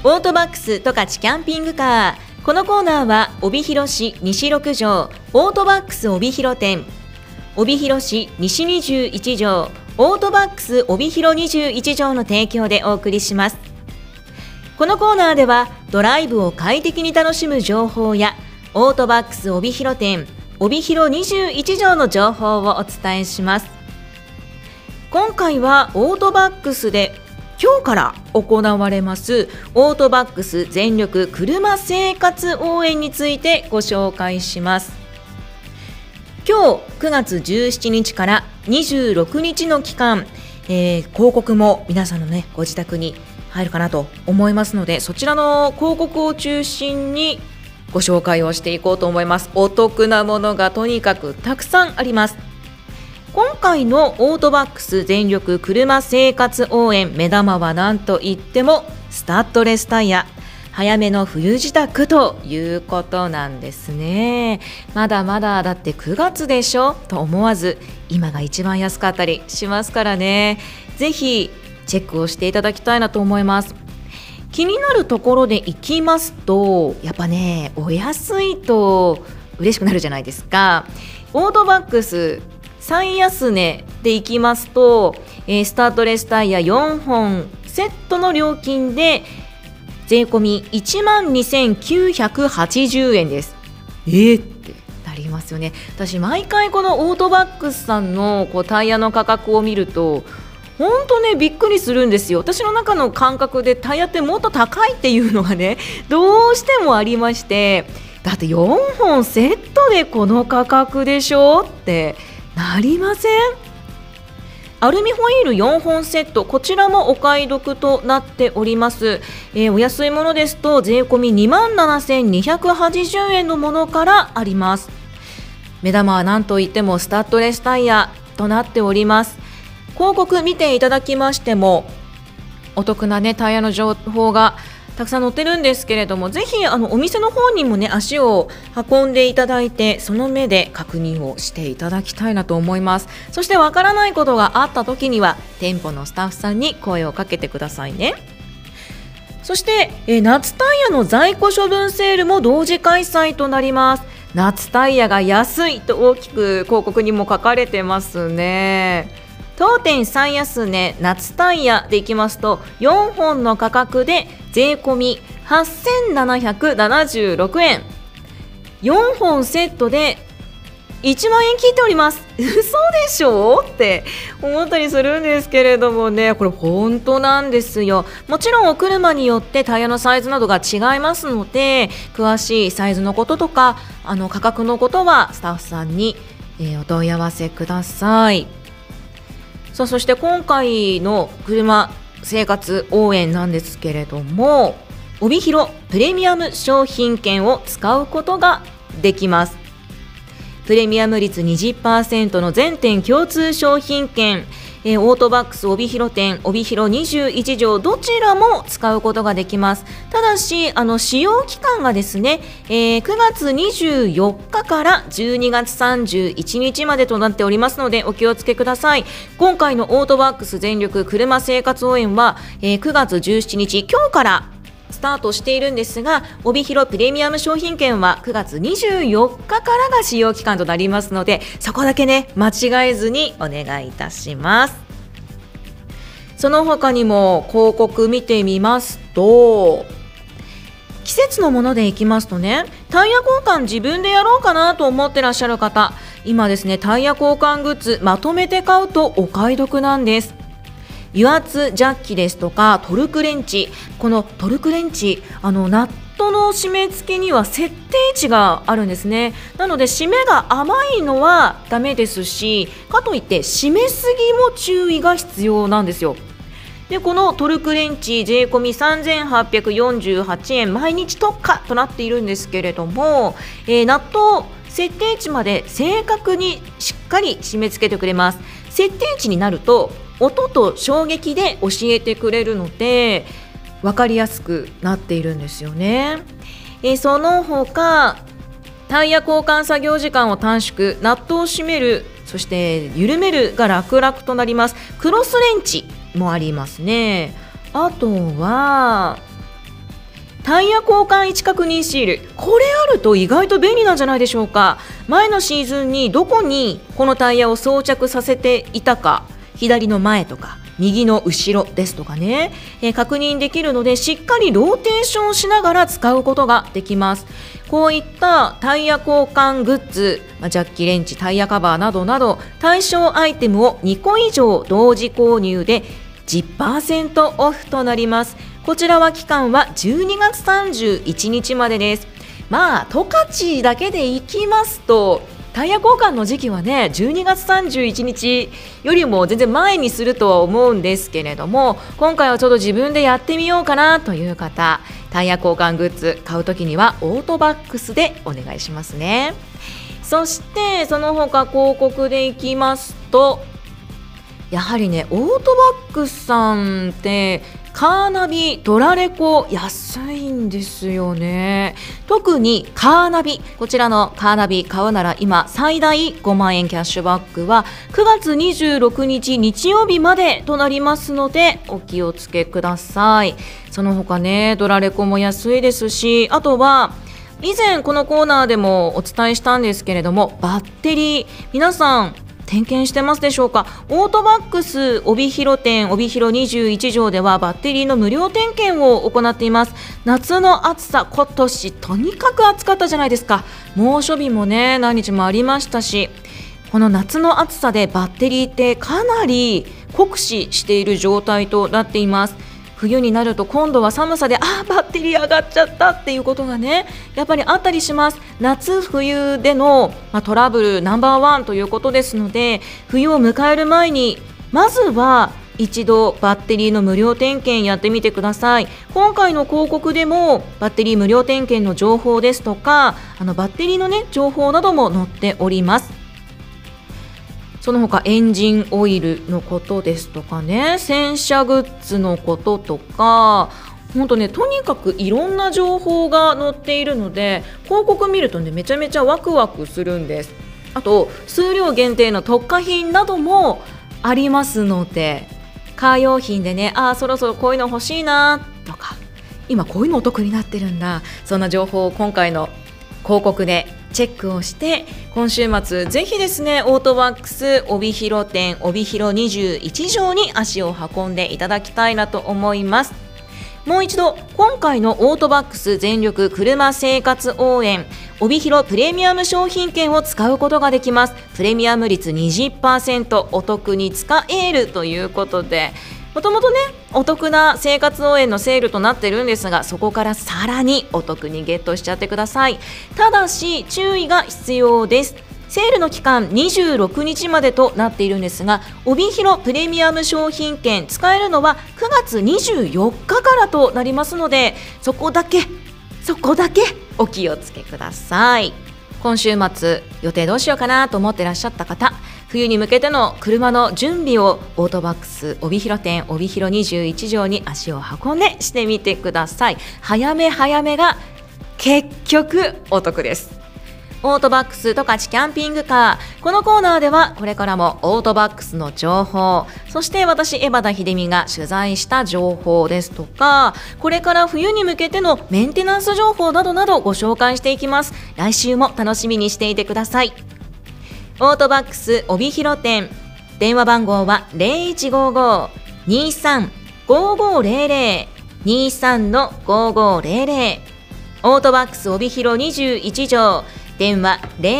オートバックス十勝キャンピングカー。このコーナーは帯広市西6条オートバックス帯広店、帯広市西21条オートバックス帯広21条の提供でお送りします。このコーナーではドライブを快適に楽しむ情報やオートバックス帯広店帯広21条の情報をお伝えします。今回はオートバックスで今日から行われますオートバックス全力車生活応援についてご紹介します。今日9月17日から26日の期間、広告も皆さんのねご自宅に入るかなと思いますので、そちらの広告を中心にご紹介をしていこうと思います。お得なものがとにかくたくさんあります。今回のオートバックス全力車生活応援、目玉は何といってもスタッドレスタイヤ、早めの冬支度ということなんですね。まだまだだって9月でしょと思わず、今が一番安かったりしますからね。ぜひチェックをしていただきたいなと思います。気になるところでいきますと、やっぱねお安いと嬉しくなるじゃないですか。オートバックス最安値でいきますと、スタッドレスタイヤ4本セットの料金で税込み 12,980 円です。ってなりますよね。私毎回このオートバックスさんのタイヤの価格を見ると本当ねびっくりするんですよ。私の中の感覚でタイヤってもっと高いっていうのがねどうしてもありまして、だって4本セットでこの価格でしょってなりません？アルミホイール4本セット、こちらもお買い得となっております。お安いものですと税込み 27,280 円のものからあります。目玉は何といってもスタッドレスタイヤとなっております。広告見ていただきましてもお得なねタイヤの情報がたくさん載ってるんですけれども、ぜひお店の方にもね足を運んでいただいて、その目で確認をしていただきたいなと思います。そしてわからないことがあった時には店舗のスタッフさんに声をかけてくださいね。そして、夏タイヤの在庫処分セールも同時開催となります。夏タイヤが安いと大きく広告にも書かれてますね。当店最安値夏タイヤでいきますと4本の価格で税込み 8,776 円、4本セットで1万円切っております。嘘でしょって思ったりするんですけれどもね、これ本当なんですよ。もちろんお車によってタイヤのサイズなどが違いますので、詳しいサイズのこととか価格のことはスタッフさんに、お問い合わせください。そして今回の車生活応援なんですけれども、帯広プレミアム商品券を使うことができます。プレミアム率 20% の全店共通商品券、オートバックス帯広店帯広21条どちらも使うことができます。ただし使用期間がですね、9月24日から12月31日までとなっておりますのでお気をつけください。今回のオートバックス全力車生活応援は、9月17日今日からスタートしているんですが、帯広プレミアム商品券は9月24日からが使用期間となりますので、そこだけね間違えずにお願いいたします。その他にも広告見てみますと、季節のものでいきますとね、タイヤ交換自分でやろうかなと思ってらっしゃる方、今ですねタイヤ交換グッズまとめて買うとお買い得なんです。油圧ジャッキですとかトルクレンチ、このトルクレンチナットの締め付けには設定値があるんですね。なので締めが甘いのはダメですし、かといって締めすぎも注意が必要なんですよ。でこのトルクレンチ税込み 3,848 円毎日特価となっているんですけれども、ナット設定値まで正確にしっかり締め付けてくれます。設定値になると音と衝撃で教えてくれるので分かりやすくなっているんですよね。その他タイヤ交換作業時間を短縮、ナットを締める、そして緩めるが楽々となります。クロスレンチもありますね。あとはタイヤ交換位置確認シール、これあると意外と便利なんじゃないでしょうか。前のシーズンにどこにこのタイヤを装着させていたか、左の前とか右の後ろですとかね、確認できるので、しっかりローテーションしながら使うことができます。こういったタイヤ交換グッズ、ジャッキレンチ、タイヤカバーなどなど対象アイテムを2個以上同時購入で 10% オフとなります。こちらは期間は12月31日までです。十勝だけで行きますとタイヤ交換の時期はね、12月31日よりも全然前にするとは思うんですけれども、今回はちょっと自分でやってみようかなという方、タイヤ交換グッズ買うときにはオートバックスでお願いしますね。そしてその他広告でいきますと、やはりね、オートバックスさんってカーナビ、ドラレコ安いんですよね。特にカーナビ、こちらのカーナビ買うなら今最大5万円キャッシュバックは9月26日日曜日までとなりますのでお気をつけください。その他ね、ドラレコも安いですし、あとは以前このコーナーでもお伝えしたんですけれども、バッテリー皆さん点検してますでしょうか。オートバックス帯広店帯広21条ではバッテリーの無料点検を行っています。夏の暑さ、今年とにかく暑かったじゃないですか。猛暑日もね、何日もありましたし、この夏の暑さでバッテリーってかなり酷使している状態となっています。冬になると今度は寒さでバッテリー上がっちゃったっていうことがね、やっぱりあったりします。夏冬での、トラブルナンバーワンということですので、冬を迎える前にまずは一度バッテリーの無料点検やってみてください。今回の広告でもバッテリー無料点検の情報ですとか、バッテリーのね情報なども載っております。その他エンジンオイルのことですとかね、洗車グッズのこととか、本当ね、とにかくいろんな情報が載っているので、広告見るとね、めちゃめちゃワクワクするんです。あと数量限定の特価品などもありますので、カー用品でね、そろそろこういうの欲しいなとか、今こういうのお得になってるんだ、そんな情報を今回の広告でチェックをして、今週末ぜひですね、オートバックス帯広店帯広21条に足を運んでいただきたいなと思います。もう一度、今回のオートバックス全力車生活応援帯広プレミアム商品券を使うことができます。プレミアム率 20% お得に使えるということで、もともとねお得な生活応援のセールとなってるんですが、そこからさらにお得にゲットしちゃってください。ただし注意が必要です。セールの期間26日までとなっているんですが、帯広プレミアム商品券使えるのは9月24日からとなりますので、そこだけお気をつけください。今週末予定どうしようかなと思ってらっしゃった方、冬に向けての車の準備をオートバックス帯広店帯広21条に足を運んでしてみてください。早めが結局お得です。オートバックス十勝キャンピングカー、このコーナーではこれからもオートバックスの情報、そして私江端秀美が取材した情報ですとか、これから冬に向けてのメンテナンス情報などなどご紹介していきます。来週も楽しみにしていてください。オートバックス帯広店、電話番号は 0155-23-5500 23-5500、オートバックス帯広21条、電話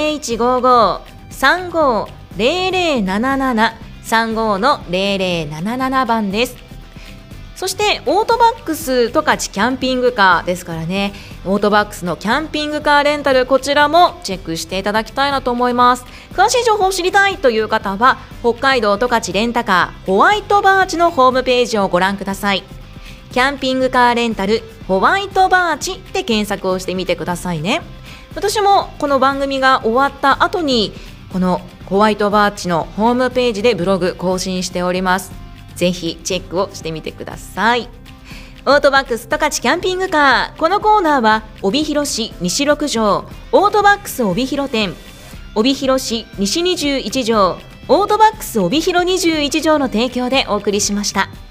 0155-35-0077 35-0077 番です。そしてオートバックス十勝キャンピングカーですからね、オートバックスのキャンピングカーレンタル、こちらもチェックしていただきたいなと思います。詳しい情報を知りたいという方は北海道十勝レンタカーホワイトバーチのホームページをご覧ください。キャンピングカーレンタルホワイトバーチで検索をしてみてくださいね。私もこの番組が終わった後にこのホワイトバーチのホームページでブログ更新しております。ぜひチェックをしてみてください。オートバックス十勝キャンピングカー、このコーナーは帯広市西6条オートバックス帯広店、帯広市西21条オートバックス帯広21条の提供でお送りしました。